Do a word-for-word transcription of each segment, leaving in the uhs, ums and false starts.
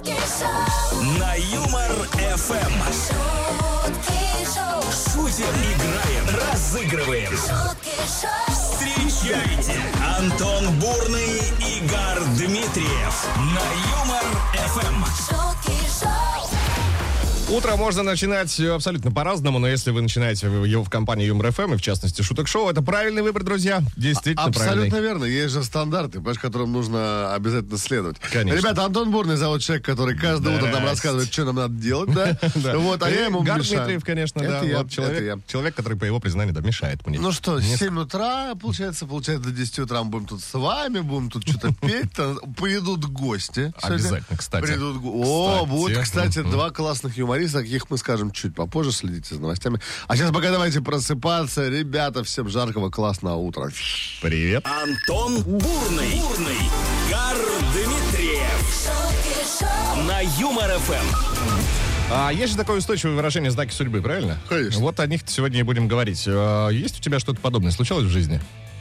На Юмор эф эм. Шутим, играем, разыгрываем. Встречайте, Антон Бурный, Игорь Дмитриев. На Юмор эф эм. Утро можно начинать абсолютно по-разному, но если вы начинаете его в компании Юмор эф эм, и в частности Шуток Шоу, это правильный выбор, друзья. Действительно Абсолютно правильный. верно. Есть же стандарты, понимаешь, которым нужно обязательно следовать. Конечно. Ребята, Антон Бурный зовут человек, который каждое утро нам рассказывает, что нам надо делать, да? Вот, а я ему Игорь мешаю. Дмитриев, конечно, да. Это я, Вот человек, это я. человек, который, по его признанию, да, мешает мне. Ну что, Несколько- семь утра, получается, получается, до десяти утра мы будем тут с вами, будем тут что-то петь, там придут гости. сегодня. Обязательно, кстати. Придут го- О, Кстати. будут, кстати, Мгм. два классных юмориста, каких мы скажем чуть попозже, следите за новостями. А сейчас пока давайте просыпаться. Ребята, всем жаркого, классного утра. Привет. Антон Бурный, Бурный, Игорь Дмитриев. На Юмор эф эм. А есть же такое устойчивое выражение «знаки судьбы», правильно? Конечно. Вот о них сегодня и будем говорить. А, есть у тебя что-то подобное? Случалось в жизни?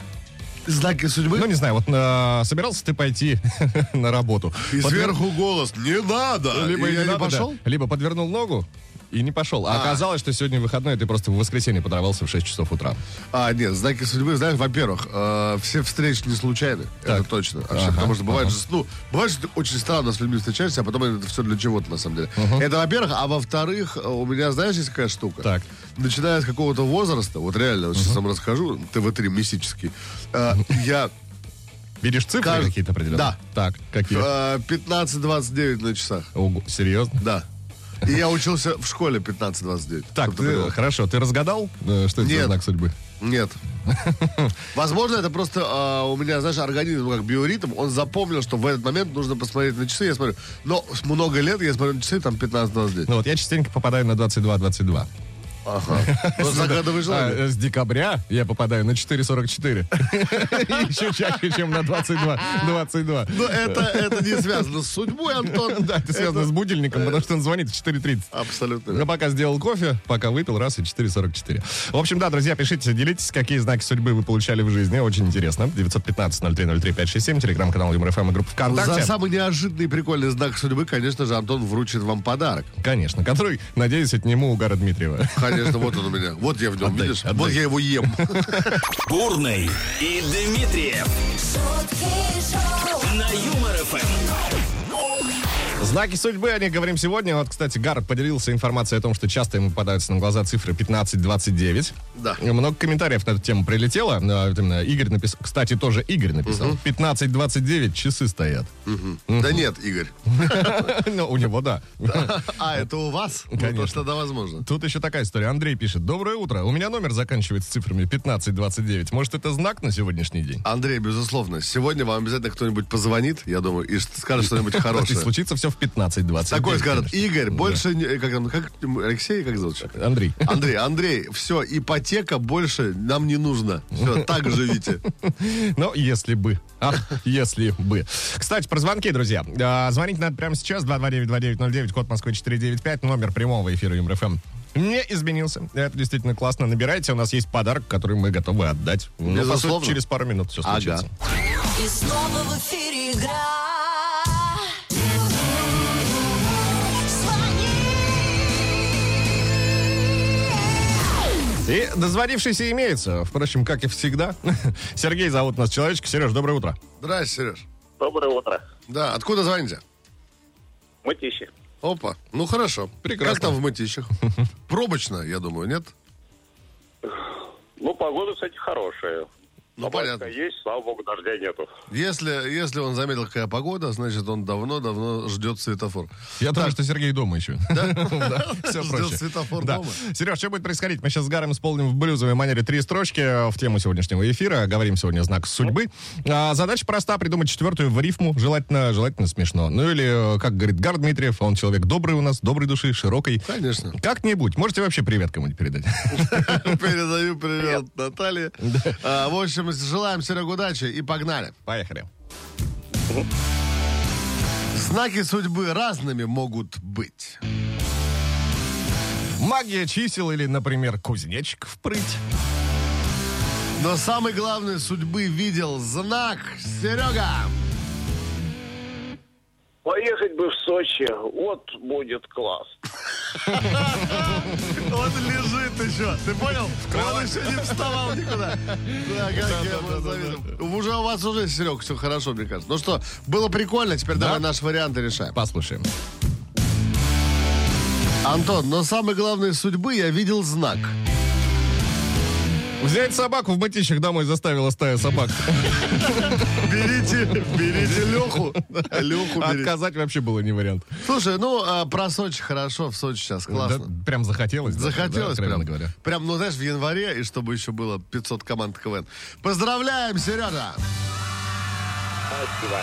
Знаки судьбы? Ну, не знаю, вот а, собирался ты пойти на работу. И Подвер- сверху голос «Не надо!» Либо, И и я не не надо, пошел? да. Либо подвернул ногу и не пошел. А, А. оказалось, что сегодня выходной, и ты просто в воскресенье подорвался в шесть часов утра. А, нет, знаки судьбы, знаешь, во-первых, э, все встречи не случайны, это Так. точно. Вообще, Ага, потому что бывает ага. же, ну, бывает, что ты очень странно с людьми встречаешься, а потом это все для чего-то, на самом деле. Это, во-первых, а во-вторых, э, у меня, знаешь, есть какая штука? Так. Начиная с какого-то возраста, вот реально, вот сейчас вам расскажу, тэ вэ три мистический, э, я Видишь цифры Кажд- какие-то определенные? Да. Так, какие? э, пятнадцать двадцать девять на часах, Ого, серьезно? да. И я учился в школе пятнадцать двадцать девять. Так, Чтоб ты ты, понимал. хорошо, ты разгадал, э, что это за Нет. знак судьбы? Нет. Возможно, это просто а, у меня, знаешь, организм, ну, как биоритм, он запомнил, что в этот момент нужно посмотреть на часы. Я смотрю, но с много лет я смотрю на часы, там пятнадцать двадцать девять. Ну вот я частенько попадаю на двадцать два двадцать два. Ага. Ну, загадывай желание. А, с декабря я попадаю на четыре сорок четыре. Еще чаще, чем на двадцать два двадцать два. Но это, это не связано с судьбой, Антон. Да, это связано с будильником, потому что он звонит в четыре тридцать. Абсолютно. Я пока сделал кофе, пока выпил, раз и четыре сорок четыре. В общем, да, друзья, пишите, делитесь, какие знаки судьбы вы получали в жизни. Очень интересно. девятьсот пятнадцать ноль три ноль три пять шесть семь, телеграм-канал Юмор эф эм и группа ВКонтакте. За самый неожиданный и прикольный знак судьбы, конечно же, Антон вручит вам подарок. Конечно, который, надеюсь, отниму у Игоря Дмитриева. Конечно, вот он у меня. Вот я в нем, Отдай, видишь? отдай. Вот я его ем. Бурный и Дмитриев. На Юмор эф эм. Знаки судьбы, о них говорим сегодня. Вот, кстати, Гард поделился информацией о том, что часто ему попадаются на глаза цифры пятнадцать двадцать девять. Да. И много комментариев на эту тему прилетело. А, вот именно Игорь написал. Кстати, тоже Игорь написал. пятнадцать двадцать девять часы стоят. Да нет, Игорь. Ну, у него, да. А, это у вас? Ну, Конечно. то тогда возможно. Тут еще такая история. Андрей пишет. Доброе утро. У меня номер заканчивается цифрами пятнадцать двадцать девять. Может, это знак на сегодняшний день? Андрей, безусловно, сегодня вам обязательно кто-нибудь позвонит, я думаю, и скажет что-нибудь И хорошее. случится все в пятнадцать двадцать девять. Такой скажет, конечно. Игорь, больше не... Как, там, как Алексей, как зовут? человека? Андрей. Андрей, Андрей, все, ипотека больше нам не нужна. Все, так живите. Ну, если бы. А, если бы. Кстати, про звонки, друзья. А, звонить надо прямо сейчас. два два девять два девять ноль девять, код Москвы четыре девять пять, номер прямого эфира Юмор эф эм не изменился. Это действительно классно. Набирайте, у нас есть подарок, который мы готовы отдать. Ну, по Безусловно. сути, через пару минут все Ага. случится. И снова в эфире игра. И дозвонившийся имеется. Впрочем, как и всегда. Сергей зовут нас человечек. Сереж, доброе утро. Здрасте, Сереж. Доброе утро. Да, откуда звоните? Мытищи. Опа, ну хорошо. Прекрасно. Как там в Мытищах? Пробочно, я думаю, нет? Ну, погода, кстати, хорошая. Ну, Облачко понятно. есть, слава богу, дождя нету. Если, если он заметил, какая погода, значит, он давно-давно ждет светофор. Я думаю, что Сергей дома еще. Да, все Ждет проще. светофор Да. дома. Сереж, что будет происходить? Мы сейчас с Гаром исполним в блюзовой манере три строчки в тему сегодняшнего эфира. Говорим сегодня знак судьбы. А, задача проста: придумать четвертую в рифму, желательно, желательно смешно. Ну или, как говорит Гар Дмитриев, он человек добрый у нас, доброй души, широкой. Конечно. Как-нибудь. Можете вообще привет кому-нибудь передать? Передаю привет Наталье. А, в общем, желаем, Серег, удачи и погнали. Поехали. Знаки судьбы разными могут быть. Магия чисел или, например, кузнечик впрыть. Но самый главный судьбы видел знак Серега. Поехать бы в Сочи, вот будет класс. Он лежит еще. Ты понял? Он еще не вставал никуда. Да, как я его завидую. Уже у вас уже, Серег, все хорошо, мне кажется. Ну что, было прикольно, теперь давай наши варианты решаем. Послушаем. Антон, но самое главное из судьбы я видел знак. Взять собаку в мытищах домой заставила стая собак. Берите, берите Леху. Леху берите. Отказать вообще было не вариант. Слушай, ну, а, про Сочи хорошо, в Сочи сейчас классно. Да, прям захотелось. Захотелось да, прям. говоря. Прям, ну, знаешь, в январе, и чтобы еще было пятьсот команд КВН. Поздравляем, Сережа! Спасибо.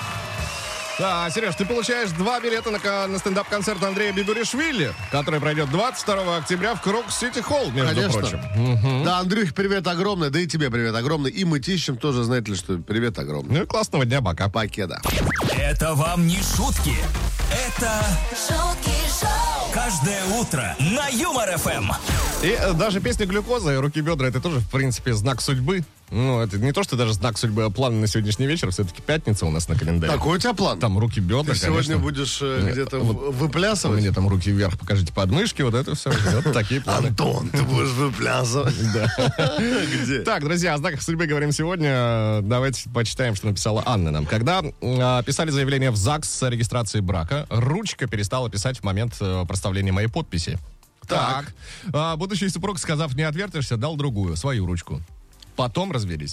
Да, Сереж, ты получаешь два билета на, на стендап-концерт Андрея Бибуришвили, который пройдет двадцать второго октября в Крок-Сити-Холл, между Конечно. прочим. Угу. Да, Андрюх, привет огромный, да и тебе привет огромный. И мытищам тоже, знаете ли, что привет огромный. Ну и классного дня, пока. Покеда. Это вам не шутки. Это шутки шоу, каждое утро на Юмор-ФМ. И э, даже песня «Глюкоза» и «Руки-бедра» — это тоже, в принципе, знак судьбы. Ну, это не то, что даже знак судьбы, а план на сегодняшний вечер. Все-таки пятница у нас на календаре. Какой у тебя план? Там руки-бедра, Ты конечно. сегодня будешь э, Нет, где-то вот в- выплясывать? Мне там руки вверх, покажите подмышки, вот это все. Вот такие планы. Антон, ты будешь выплясывать? Да. Где? Так, друзья, о знаках судьбы говорим сегодня. Давайте почитаем, что написала Анна нам. Когда э, писали заявление в ЗАГС с регистрацией брака, ручка перестала писать в момент э, проставления моей подписи. Так. А, будущий супруг, сказав «не отвертишься», дал другую, свою ручку. Потом развелись.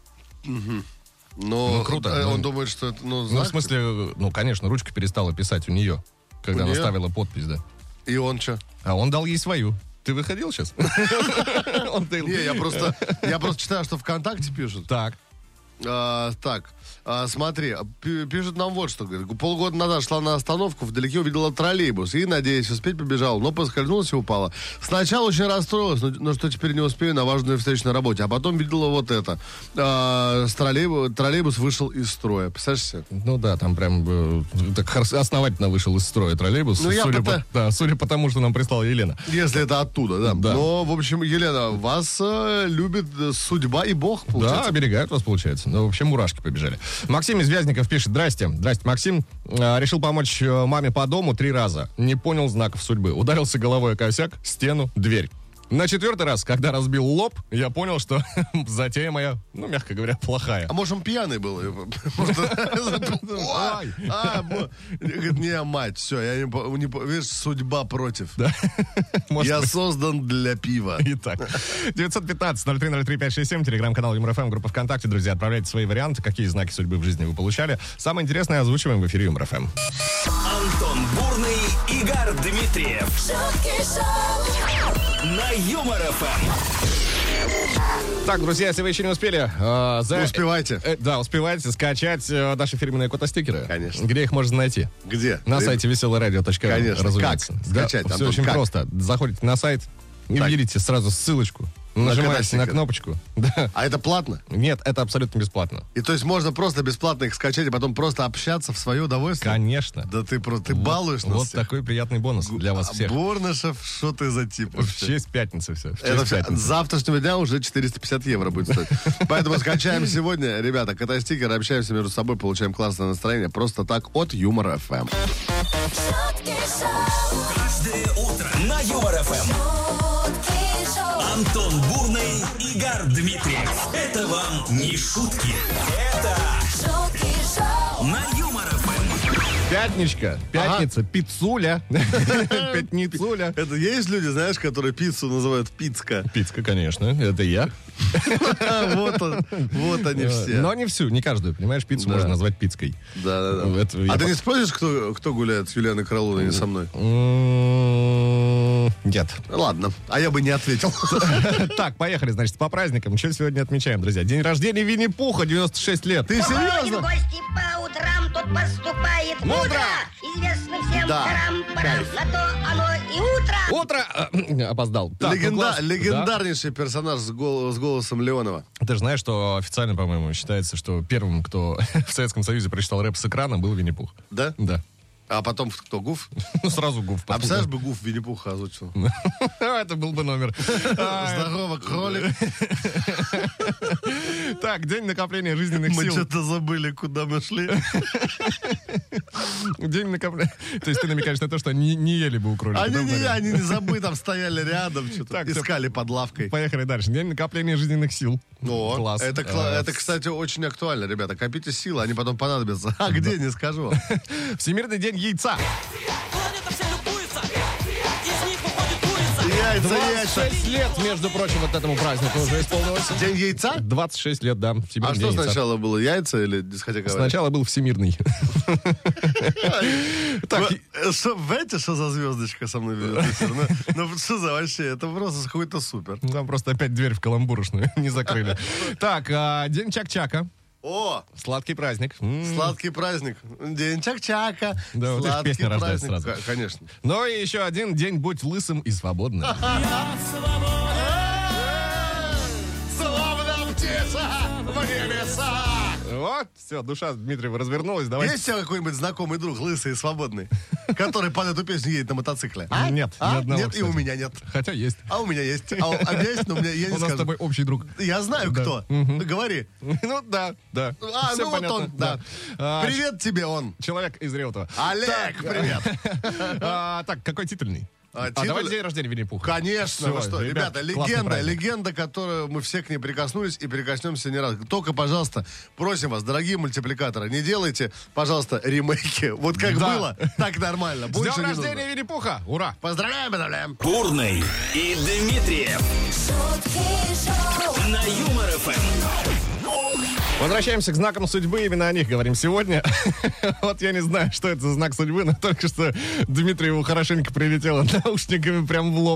Но Ну, круто, э, ну. он думает, что это, ну, Ну, знак. в смысле, ну, конечно, ручка перестала писать у нее, когда У она нее? ставила подпись, да. И он что? А он дал ей свою. Ты выходил сейчас? Он дал- Не, я просто, я просто читаю, что ВКонтакте пишут. Так. А, так, а, смотри, пи- пишут нам вот что. Говорит, полгода назад шла на остановку, вдалеке увидела троллейбус и, надеясь успеть, побежала, но поскользнулась и упала. Сначала очень расстроилась, но, но что теперь не успею на важную встречу на работе. А потом видела вот это. А, с троллейбус, троллейбус вышел из строя. Представляешь себе? Ну да, там прям э, так хор- основательно вышел из строя троллейбус. Ну, я судя, пыта- по, да, судя по тому, что нам прислала Елена. Если это оттуда, да. Да. Но, в общем, Елена, вас э, любит э, судьба и Бог, Да, получается. оберегают вас, получается. Ну, вообще мурашки побежали. Максим из Вязников пишет: «Здрасте». Здрасте, Максим. Э, решил помочь э, маме по дому три раза. Не понял знаков судьбы. Ударился головой о косяк, стену, дверь. На четвертый раз, когда разбил лоб, я понял, что затея моя, ну, мягко говоря, плохая. А может, он пьяный был? Может, Ай. Ой, а, бо- Говорит, не, мать, все, я не, по- не по- видишь, судьба против. Может Я быть. создан для пива. Итак, девятьсот пятнадцать ноль три ноль три пять шесть семь, телеграм-канал Юмор-ФМ, группа ВКонтакте. Друзья, отправляйте свои варианты, какие знаки судьбы в жизни вы получали. Самое интересное озвучиваем в эфире Юмор-ФМ. Антон Бурный, Игорь Дмитриев шутки шоу, на Юмор-ФМ. Так, друзья, если вы еще не успели... э, за- Не успевайте. э, да, успевайте скачать э, наши фирменные котостикеры. Конечно. Где их можно найти? Где? На Ты- сайте веселое радио точка ру, Конечно. разумеется. Как скачать, Все Антон, очень как? просто. Заходите на сайт и Так. видите сразу ссылочку. Нажимаете на котостикеры. кнопочку. Да. А это платно? Нет, это абсолютно бесплатно. И то есть можно просто бесплатно их скачать и потом просто общаться в свое удовольствие? Конечно. Да ты просто, ты балуешь нас Вот всех. такой приятный бонус для вас всех. Бурнышев, что ты за тип В вообще? честь пятницы все. В честь Это все, с пятницы. завтрашнего дня уже четыреста пятьдесят евро будет стоить. Поэтому скачаем сегодня, ребята, котостикеры, общаемся между собой, получаем классное настроение. Просто так от Юмора ФМ. шутки шоу, Каждое утро на Юмор-ФМ. шутки шоу, Антон Бурный, Игорь Дмитриев. Это вам не шутки. Это шутки шоу, на Юмор-ФМ. Пятничка, пятница, пиццуля. Пятницуля. Это есть люди, знаешь, которые пиццу называют пицка? Пицка, конечно, это я. Вот он, вот они все. Но не всю, не каждую, понимаешь, пиццу Да. можно назвать пиццой. Да, да, да. Это я А ты по- не спросишь, кто, кто гуляет с Юлианой Крыловой, не со мной? М, Нет. Ладно, а я бы не ответил. Так, поехали, значит, по праздникам. Что сегодня отмечаем, друзья? День рождения Винни-Пуха, девяносто шесть лет. Ты Ходит в серьезно? гости по утрам, тот поступает мудро. Известно всем Да, парам-парам, кайф. на то оно и утро. Утро... э, Опоздал. Так, ну, Легенда- класс. легендарнейший персонаж с, гол- с голосом Леонова. Да. Ты же знаешь, что официально, по-моему, считается, что первым, кто в Советском Союзе прочитал рэп с экрана, был Винни-Пух. Да? Да. А потом кто, Гуф? Ну, сразу Гуф. А представляешь бы, Гуф Винни-Пуха озвучил? Это был бы номер. Здорово, кролик. Так, день накопления жизненных Мы сил. что-то забыли, куда мы шли. День накопления... То есть ты намекаешь на то, что они не ели бы у кролика. Они да, не, Валерий? они не забыли, там стояли рядом, что-то Так, всё. искали под лавкой. Поехали дальше. День накопления жизненных сил. О, Класс. Это, кла- А, это, кстати, очень актуально, ребята. Копите силы, они потом понадобятся. А где, не скажу вам. Всемирный день яйца. Планета вся любуется, из них выходит курица. Яйца, двадцать яйца. шесть лет, между прочим, вот этому празднику уже исполнилось. День яйца? двадцать шесть лет, да. А Всемирный что день яйца. сначала было, яйца или дискотека? Сначала был всемирный. Так, Вы- э, Что, знаете, что за звездочка со мной ведет? Ну, ну, что за вообще? Это просто какой-то супер. там просто опять дверь в каламбурочную не закрыли. Так, а, день Чак-Чака. О, Сладкий праздник. М. сладкий праздник. День Чак-Чака. Да, вот их Сладкий песня рождается праздник. сразу. К- Конечно. Ну и еще один день «Будь лысым и свободным». Словно птица в небеса. Вот, все, душа Дмитриева развернулась. Давайте. Есть у тебя какой-нибудь знакомый друг, лысый и свободный, который под эту песню едет на мотоцикле? А? Нет, А? ни одного, Нет, и у кстати. меня нет. Хотя есть. А у меня есть. А у, а у меня есть, но у меня я не У нас с скажу. тобой общий друг. Я знаю, Да. кто. Мгм. Говори. Ну да, да. А, Всё ну понятно, вот он, да. А, Привет тебе, он. Человек из Реутова. Олег, привет. А, так, какой титульный? А, А, титуль- давайте день рождения Винни-Пуха. Конечно, Всё, вы что, ребят, ребята, классный легенда, праздник. легенда, которую мы все к ней прикоснулись и прикоснемся не раз. Только, пожалуйста, просим вас, дорогие мультипликаторы, не делайте, пожалуйста, ремейки. Вот как Да. было, так нормально. С Больше днем не нужно. рождения Винни-Пуха! Ура! Поздравляем, поздравляем. Бурный и Дмитриев шутки шоу, на Юмор ФМ. Возвращаемся к знакам судьбы, именно о них говорим сегодня. Вот я не знаю, что это за знак судьбы, но только что Дмитриеву хорошенько прилетело наушниками прям в лоб.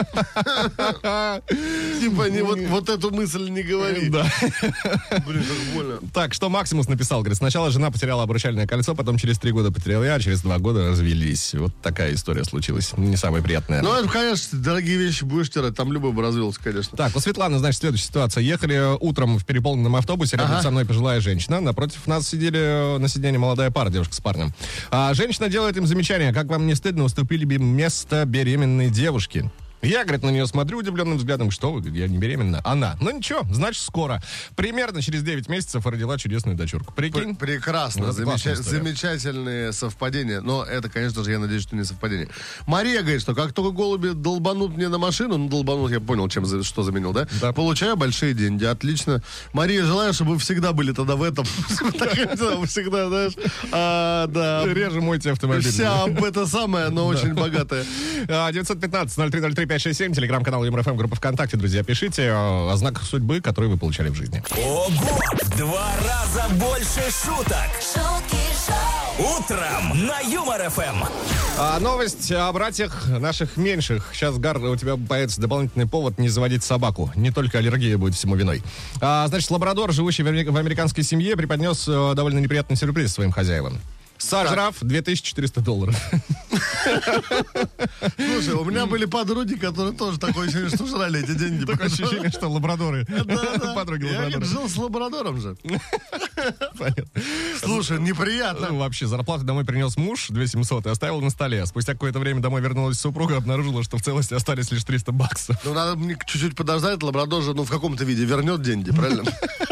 Типа, не, вот, вот эту мысль не говори. Да. Блин, как больно. Так, что Максимус написал? Говорит, сначала жена потеряла обручальное кольцо, потом через три года потерял я, а через два года развелись. Вот такая история случилась. Не самая приятная. Ну, это, конечно, дорогие вещи будешь тирать, там любой бы развелся, конечно. Так, у Светланы, значит, следующая ситуация. Ехали утром в переполненном автобусе, рядом Ага. со мной пожилая женщина. Напротив нас сидели на сиденье молодая пара, девушка с парнем. А женщина делает им замечание: как вам не стыдно, уступили бы место беременной девушки. Я, говорит, на нее смотрю удивленным взглядом. Что вы, говорит, я не беременна. Она. Ну ничего, значит, скоро. Примерно через девять месяцев родила чудесную дочурку. Прикинь? Пр- Прекрасно, Вот это классная замеча- история. замечательные совпадения. Но это, конечно же, я надеюсь, что не совпадение. Мария говорит, что как только голуби долбанут мне на машину, ну, долбанут, я понял, чем, за- что заменил, да? Да. Получаю большие деньги, отлично. Мария, желаю, чтобы вы всегда были тогда в этом. Всегда, знаешь, а, да. Реже мойте автомобиль. Вся об это самое, но очень богатая. А, девятьсот пятнадцать ноль три ноль три пять шесть семь, телеграм-канал Юмор ФМ, группа ВКонтакте, друзья, пишите о, о знаках судьбы, которые вы получали в жизни. Ого! В два раза больше шуток. шутки шоу, Утром на Юмор ФМ. А, новость о братьях наших меньших. Сейчас, Гар, у тебя появится дополнительный повод не заводить собаку. Не только аллергия будет всему виной. А, значит, лабрадор, живущий в, ами- в американской семье, преподнес э, довольно неприятный сюрприз своим хозяевам. Сожрав две тысячи четыреста долларов. Слушай, у меня были подруги, которые тоже такое ощущение, что жрали эти деньги. Такое ощущение, что лабрадоры. Да-да. Подруги Я лабрадоры. ведь жил с лабрадором же. Понятно. Слушай, неприятно. Ну, вообще, зарплату домой принес муж, две тысячи семьсот, и оставил на столе. Спустя какое-то время домой вернулась супруга, обнаружила, что в целости остались лишь триста баксов. Ну, надо мне чуть-чуть подождать, лабрадор же, ну, в каком-то виде вернет деньги, правильно?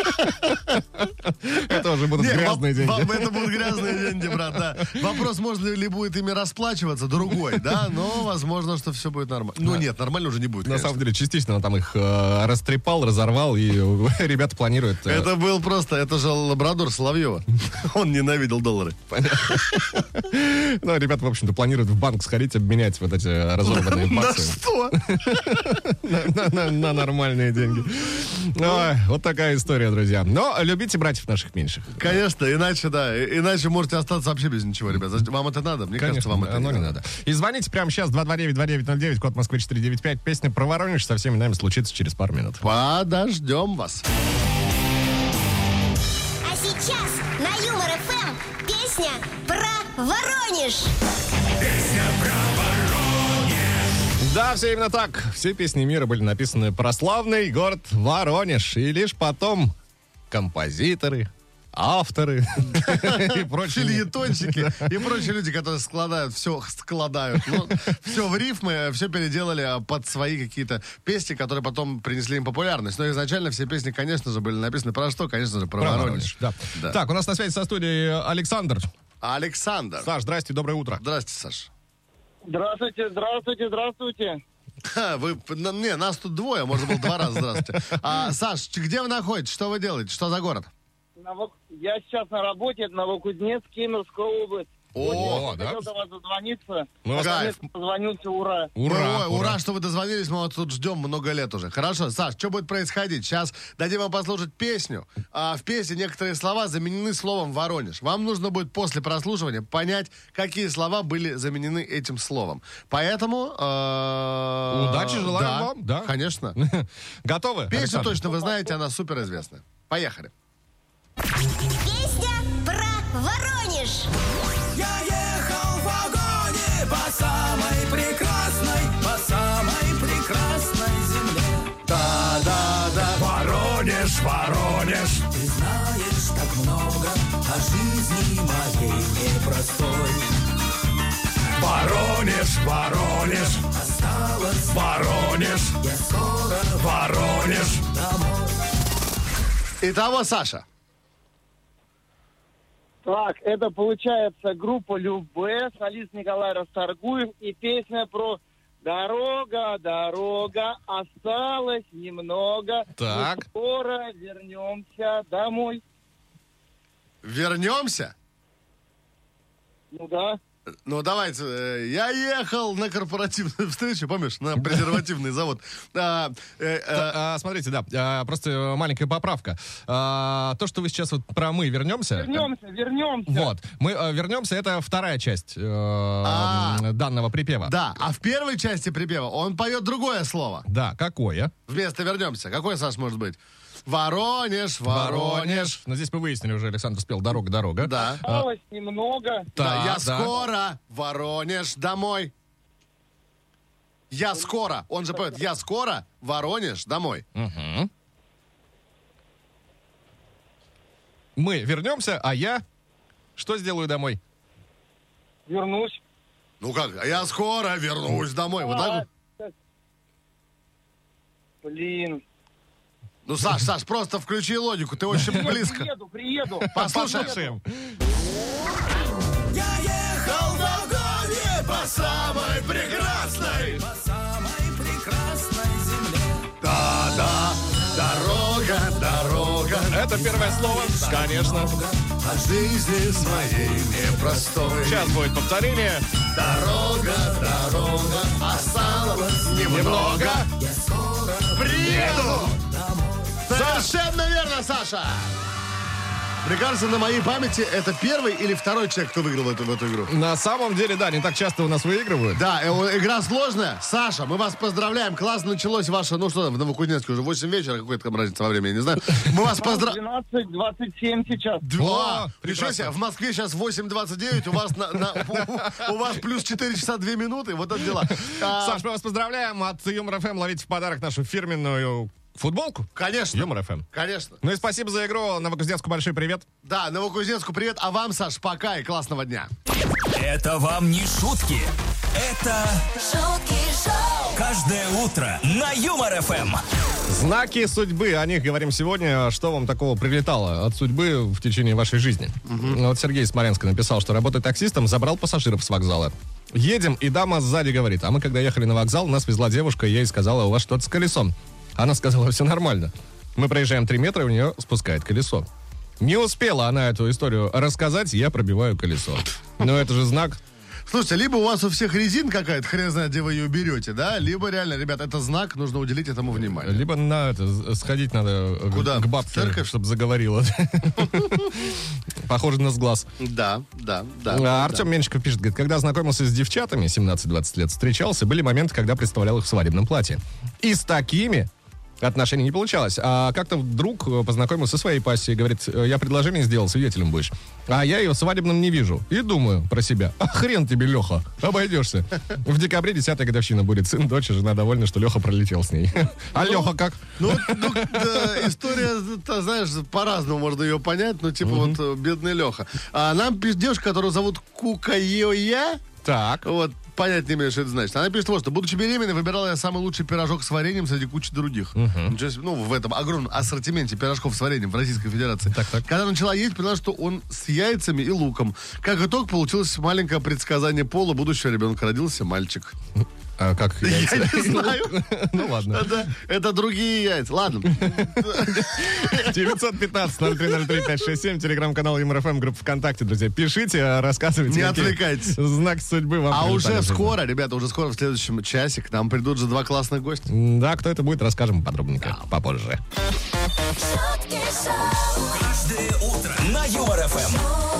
Это уже будут Не, грязные во- деньги. во- Это будут грязные деньги, брат, да. Вопрос, можно ли будет ими расплачиваться, другой, да, но возможно, что все будет нормально. Ну, нет, нормально уже не будет, На конечно. самом деле, частично он там их э, растрепал, разорвал, и э, ребята планируют... э, Это был просто, это же лабрадор Соловьева. Он ненавидел доллары. Ну, ребята, в общем-то, планируют в банк сходить, обменять вот эти разорванные На баксы что? на, на- на нормальные деньги. Ой, вот такая история, друзья. Но любите братьев наших меньших. Конечно, иначе, да, и- иначе можете остаться вообще без ничего, ребят. Зачем- Вам это надо? Мне кажется, Конечно, вам это оно не надо. И звоните прямо сейчас, два два девять два девять ноль девять, код Москвы четыре девять пять. Песня про Воронеж со всеми нами случится через пару минут. Подождем вас. А сейчас на Юмор ФМ песня про Воронеж. Да, все именно так. Все песни мира были написаны про славный город Воронеж. И лишь потом композиторы, авторы и прочие. Фильетончики и прочие люди, которые складают, все складают. Ну, все в рифмы, все переделали под свои какие-то песни, которые потом принесли им популярность. Но изначально все песни, конечно же, были написаны про что? Конечно же, про, Про Воронеж. Воронеж, да. Да. Так, у нас на связи со студией Александр. Александр. Саш, здрасте, доброе утро. Здрасте, Саш. Здравствуйте, здравствуйте, здравствуйте. Ха, вы, на- не, нас тут двое, можно было два раза здравствуйте. А, Саш, ч- где вы находитесь? Что вы делаете? Что за город? Ново- Я сейчас на работе, это Новокузнецк, Кемеровская область. О, Я да? хотел до вас дозвониться. Мы вас- Кайф. Наконец-то позвонился, ура. Ура, Ой, ой, ура, что вы дозвонились, мы вас тут ждем много лет уже. Хорошо, Саш, что будет происходить? Сейчас дадим вам послушать песню. А в песне некоторые слова заменены словом «Воронеж». Вам нужно будет после прослушивания понять, какие слова были заменены этим словом. Поэтому... э, Удачи желаем да, вам, да. Конечно. Готовы? Песню Александр? точно вы знаете, она суперизвестная. Поехали. Песня про Воронеж. Я ехал в вагоне по самой прекрасной, по самой прекрасной земле. Да-да-да. Воронеж, Воронеж. Ты знаешь так много о жизни моей непростой. Воронеж, Воронеж. Осталось Воронеж, я скоро Воронеж. домой. Итого, Саша. Так, это получается группа Любэ, солист Николай Расторгуев и песня про «Дорога, дорога, осталось немного, Так. мы скоро вернемся домой». Вернемся? Ну да. Ну, давайте. э, Я ехал на корпоративную встречу, помнишь, на презервативный завод. А, э, э, А, смотрите, да, а, просто маленькая поправка. А, то, что вы сейчас вот про «мы» вернемся. Вернемся, вернемся. Вот, мы э, вернемся, это вторая часть э, А. данного припева. Да, а в первой части припева он поет другое слово. Да, какое? Вместо «вернемся». Какой, Саш, может быть? Воронеж, Воронеж. Но здесь мы выяснили уже, Александр спел «Дорога, дорога». Да. Осталось немного. Да, Так, я да. скоро, Воронеж, домой. Я скоро. Он же поет «Я скоро, Воронеж, домой». Мгм. Мы вернемся, а я что сделаю домой? Вернусь. Ну как? Я скоро вернусь домой. Вот так вот? Блин. Ну, Саш, Саш, просто включи логику. Ты очень близко. Приеду, приеду. Послушай. Послушаем. Я ехал в вагоне по Самой прекрасной. по самой прекрасной земле. Да-да, дорога, дорога. Это первое слово, конечно. От жизни своей непростой. Сейчас будет повторение. Дорога, дорога, осталось немного. Я скоро Приеду! Совершенно верно, Саша! Мне кажется, на моей памяти это первый или второй человек, кто выиграл эту, в эту игру. На самом деле, да, не так часто у нас выигрывают. Да, э, игра сложная. Саша, мы вас поздравляем. Классно началось ваше, ну что там, в Новокузнецке уже восемь вечера, какой-то там разница во времени, я не знаю. Мы вас поздравляем. двенадцать двадцать семь сейчас. Два. О, Ничего прекрасно. себе, в Москве сейчас восемь двадцать девять, у вас, на, на- у, у вас плюс четыре часа две минуты, вот это дела. А, Саш, мы вас поздравляем. От Юмор ФМ ловите в подарок нашу фирменную футболку. конечно. Юмор ФМ. Конечно. Ну и спасибо за игру. Новокузнецку большой привет. Да, Новокузнецку привет, а вам, Саш, пока и классного дня. Это вам не шутки. Это Шутки шоу. каждое утро на Юмор ФМ. Знаки судьбы. О них говорим сегодня. Что вам такого прилетало от судьбы в течение вашей жизни? Ну, вот Сергей из Смоленска написал, что работая таксистом, забрал пассажиров с вокзала. Едем, и дама сзади говорит: а мы, когда ехали на вокзал, нас везла девушка, и я ей сказала: у вас что-то с колесом. Она сказала: все нормально. Мы проезжаем три метра, и у нее спускает колесо. Не успела она эту историю рассказать, я пробиваю колесо. Но это же знак. Слушайте, либо у вас у всех резин какая-то, хрен знает, где вы ее берете, да, либо реально, ребят, это знак, нужно уделить этому внимание. Либо на это, с- сходить надо к- Куда? к В бабке, церковь? чтобы заговорила. Похоже на сглаз. Да, да, да. А да. Артем Меньшиков пишет, говорит, когда знакомился с девчатами, семнадцать-двадцать лет, встречался, были моменты, когда представлял их в свадебном платье. И с такими отношений не получалось. А как-то друг познакомился со своей пассией, говорит, я предложение сделал, свидетелем будешь. А я ее свадебным не вижу. И думаю про себя, а хрен тебе, Леха, обойдешься. В декабре десятая годовщина будет. Сын, дочь, жена довольна, что Леха пролетел с ней. А Леха как? Ну, ну да, история, ты знаешь, по-разному можно ее понять, но типа вот бедный Леха. А нам пишет девушка, которую зовут Кукайоя. Так. Вот, понять не имею, что это значит. Она пишет вот, что, будучи беременной, выбирала я самый лучший пирожок с вареньем среди кучи других. Uh-huh. Ну, в этом огромном ассортименте пирожков с вареньем в Российской Федерации. Так, так. Когда начала есть, поняла, что он с яйцами и луком. Как итог, получилось маленькое предсказание пола будущего ребенка. Родился мальчик. А как яйца? Я не знаю. Ну ладно. Это, это другие яйца. Ладно. девятьсот пятнадцать ноль три ноль три пять шесть семь, телеграм-канал ЮморФМ, группа ВКонтакте, друзья. Пишите, рассказывайте. Не отвлекайтесь. Знак судьбы вам. А уже скоро, ребята, уже скоро в следующем часе к нам придут же два классных гостя. Да, кто это будет, расскажем подробненько попозже. Каждое утро на Юмор-ФМ.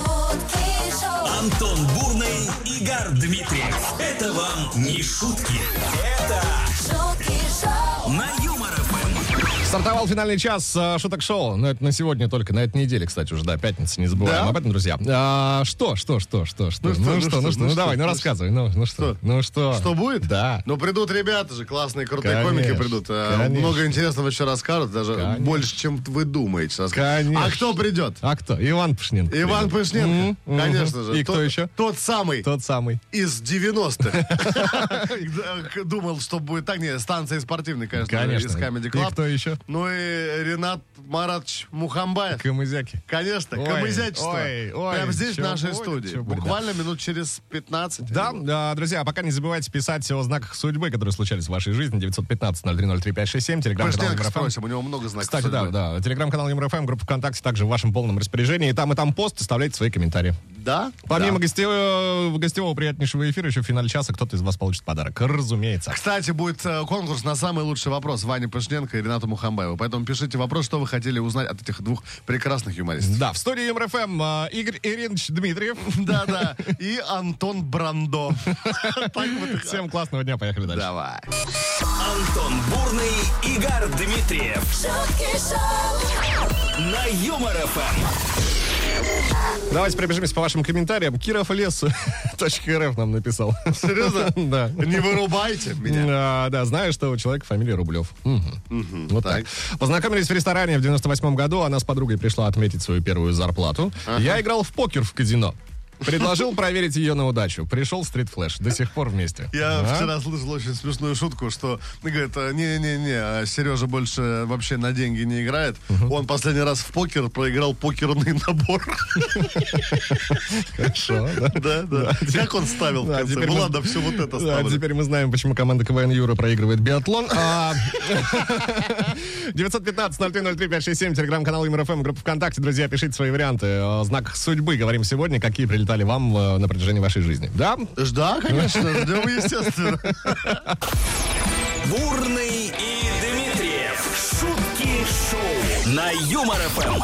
Антон Бурный, Игорь Дмитриев. Это вам не шутки. Это на Юмор-ФМ. Стартовал финальный час а, шуток-шоу. Но это на сегодня только, на этой неделе, кстати, уже, да, пятница, не забываем Да? об этом, друзья. А, что, что, что, что, что? Ну что, ну что, ну что, ну ну давай, что, ну ну рассказывай, ну, ну что, Что? ну что. Что будет? Да. Ну, придут ребята же, классные, крутые Конечно, комики придут. А, конечно. Много интересного еще расскажут, даже Конечно. больше, чем вы думаете. расскажут. Конечно. А кто придет? А кто? Иван Пышненко. Иван придет. Пышненко, Мгм, конечно мгм. же. И кто Тот- еще? Тот самый Тот самый. из девяностых. Думал, что будет так. Не, станция спортивная, конечно, Конечно. из Comedy И Club. кто еще? Ну и Ренат Маратович Мухамбаев. Камызяки. Конечно, Ой, камызячество. ой, ой, Прямо здесь, в чё нашей будет, студии. чё будет, Буквально минут через пятнадцать. Да, да, друзья, пока не забывайте писать о знаках судьбы, которые случались в вашей жизни. девятьсот пятнадцать ноль три ноль три пять шесть семь, телеграм-канал Пышненко ЮморФМ. спросим, у него много знаков Кстати, да, судьбы. да, телеграм-канал ЮморФМ, группа ВКонтакте также в вашем полном распоряжении. И там, и там пост, оставляйте свои комментарии. Да? Помимо Да. гостевого, гостевого приятнейшего эфира, еще в финале часа кто-то из вас получит подарок. Разумеется. Кстати, будет э, конкурс на самый лучший вопрос Вани Пышненко и Ренату Мухамбаеву. Поэтому пишите вопрос, что вы хотели узнать от этих двух прекрасных юмористов. Да, в студии ЮморФМ а, Игорь Ильич Дмитриев. Да-да. И Антон Брандо. Так вот их- Всем классного дня, поехали дальше. Давай. Антон Бурный, Игорь Дмитриев. На Юмор-ФМ. Давайте пробежимся по вашим комментариям. Киров лес точка РФ нам написал. Серьезно? Да. Не вырубайте меня. Да, да, знаю, что у человека фамилия Рублев. Мгм. Вот так. так. Познакомились в ресторане в девяносто восьмом году. Она с подругой пришла отметить свою первую зарплату. Я играл в покер в казино. Предложил проверить ее на удачу. Пришел стрит-флэш. До сих пор вместе. Я А? вчера слышал очень смешную шутку, что говорит, не-не-не, Сережа больше вообще на деньги не играет. Он последний раз в покер проиграл покерный набор. Хорошо, да? Да, да. Как он ставил в Да, конце? теперь Ну мы- ладно, все вот это Да, ставили. теперь мы знаем, почему команда КВН Юра проигрывает биатлон. А, девятьсот пятнадцать ноль три ноль три пять шесть семь, телеграм-канал ЮморФМ, группа ВКонтакте. Друзья, пишите свои варианты. О знаках судьбы говорим сегодня, какие прилетали вам э, на протяжении вашей жизни. Да? Да, конечно, ждем, естественно. Бурный и Дмитриев. Шутки шоу на Юмор-ФМ.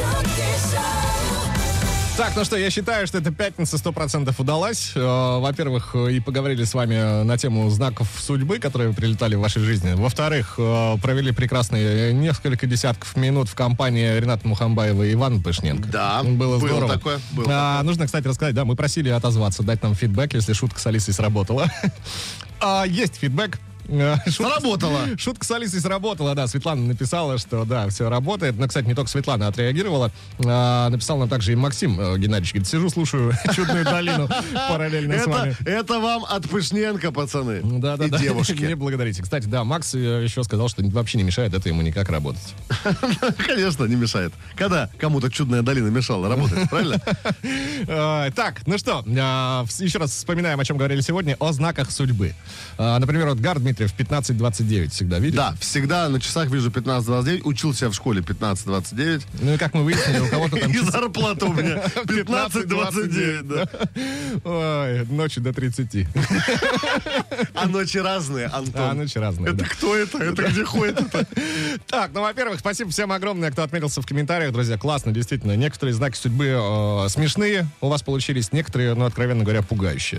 Так, ну что, я считаю, что эта пятница сто процентов удалась. Э, Во-первых, э, и поговорили с вами на тему знаков судьбы, которые прилетали в вашей жизни. Во-вторых, э, провели прекрасные несколько десятков минут в компании Рената Мухамбаева и Ивана Пышненко. Да, было было здорово. такое, было А, нужно, кстати, рассказать, да, мы просили отозваться, дать нам фидбэк, если шутка с Алисой сработала. А, есть фидбэк. Э, шутка- Сработала. Шутка с Алисой сработала, да. Светлана написала, что да, все работает. Но, кстати, не только Светлана отреагировала. А, написал нам также и Максим э, Геннадьевич. Говорит, сижу, слушаю «Чудную долину» параллельно с Это, вами. это вам от Пышненко, пацаны. Да, да, И да. девушки. Не благодарите. Кстати, да, Макс э, еще сказал, что вообще не мешает это ему никак работать. Конечно, не мешает. Когда кому-то чудная долина мешала работать, правильно? Э, Так, ну что, э, вс- еще раз вспоминаем, о чем говорили сегодня, о знаках судьбы. Э, Например, вот Гар Дмитриев пятнадцать двадцать девять всегда видел? Да, всегда на часах вижу пятнадцать двадцать девять. Учился в школе пятнадцать двадцать девять. Ну и как мы выяснили, у кого-то там И часы- зарплата у меня пятнадцать двадцать девять, да. Ой, ночи до тридцати. А ночи разные, Антон. А, ночи разные, Это да. кто это? Это где ходит это? Так, ну, во-первых, спасибо всем огромное, кто отметился в комментариях, друзья. Классно, действительно. Некоторые знаки судьбы э, смешные у вас получились, некоторые, ну, откровенно говоря, пугающие.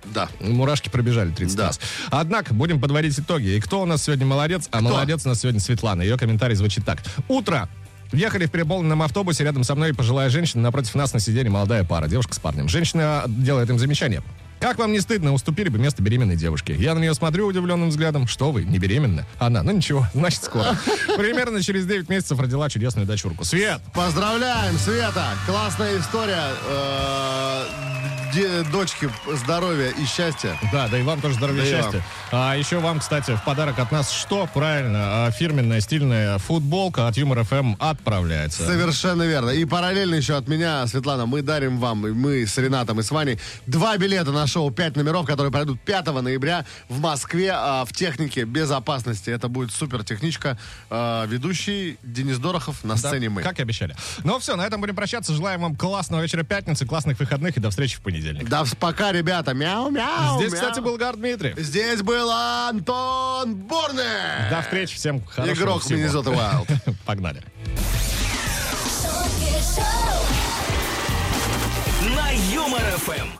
Да. Мурашки пробежали тридцать Да. раз. Однако, будем подводить итоги. И кто у нас сегодня молодец? А молодец у нас сегодня Светлана. Ее комментарий звучит так. Утро. Ехали в переполненном автобусе, рядом со мной пожилая женщина, напротив нас на сиденье молодая пара, девушка с парнем. Женщина делает им замечание. Как вам не стыдно, уступили бы место беременной девушке? Я на нее смотрю удивленным взглядом. Что вы, не беременна? Она, ну ничего, значит скоро. Примерно через девять месяцев родила чудесную дочурку. Свет! Поздравляем, Света! Классная история. Э, де- Дочке здоровья и счастья. Да, да и вам тоже здоровья и Да и счастья. А еще вам, кстати, в подарок от нас что? Правильно, а, фирменная стильная футболка от Юмор эф эм отправляется. Совершенно верно. И параллельно еще от меня, Светлана, мы дарим вам, и мы с Ренатом и с Ваней, два билета на шоу «Пять номеров», которые пройдут пятого ноября в Москве а, в технике безопасности. Это будет супер техничка. А, ведущий Денис Дорохов, на Да, сцене мы. как и обещали. Ну все, на этом будем прощаться. Желаем вам классного вечера пятницы, классных выходных и до встречи в понедельник. Да, пока, ребята. Мяу-мяу. Здесь, мяу. кстати, был Гард Дмитриев. Здесь был Антон Бурный. До встречи, всем хорошего Игрок всего. Миннесота Уайлд. Погнали. На Юмор эф эм.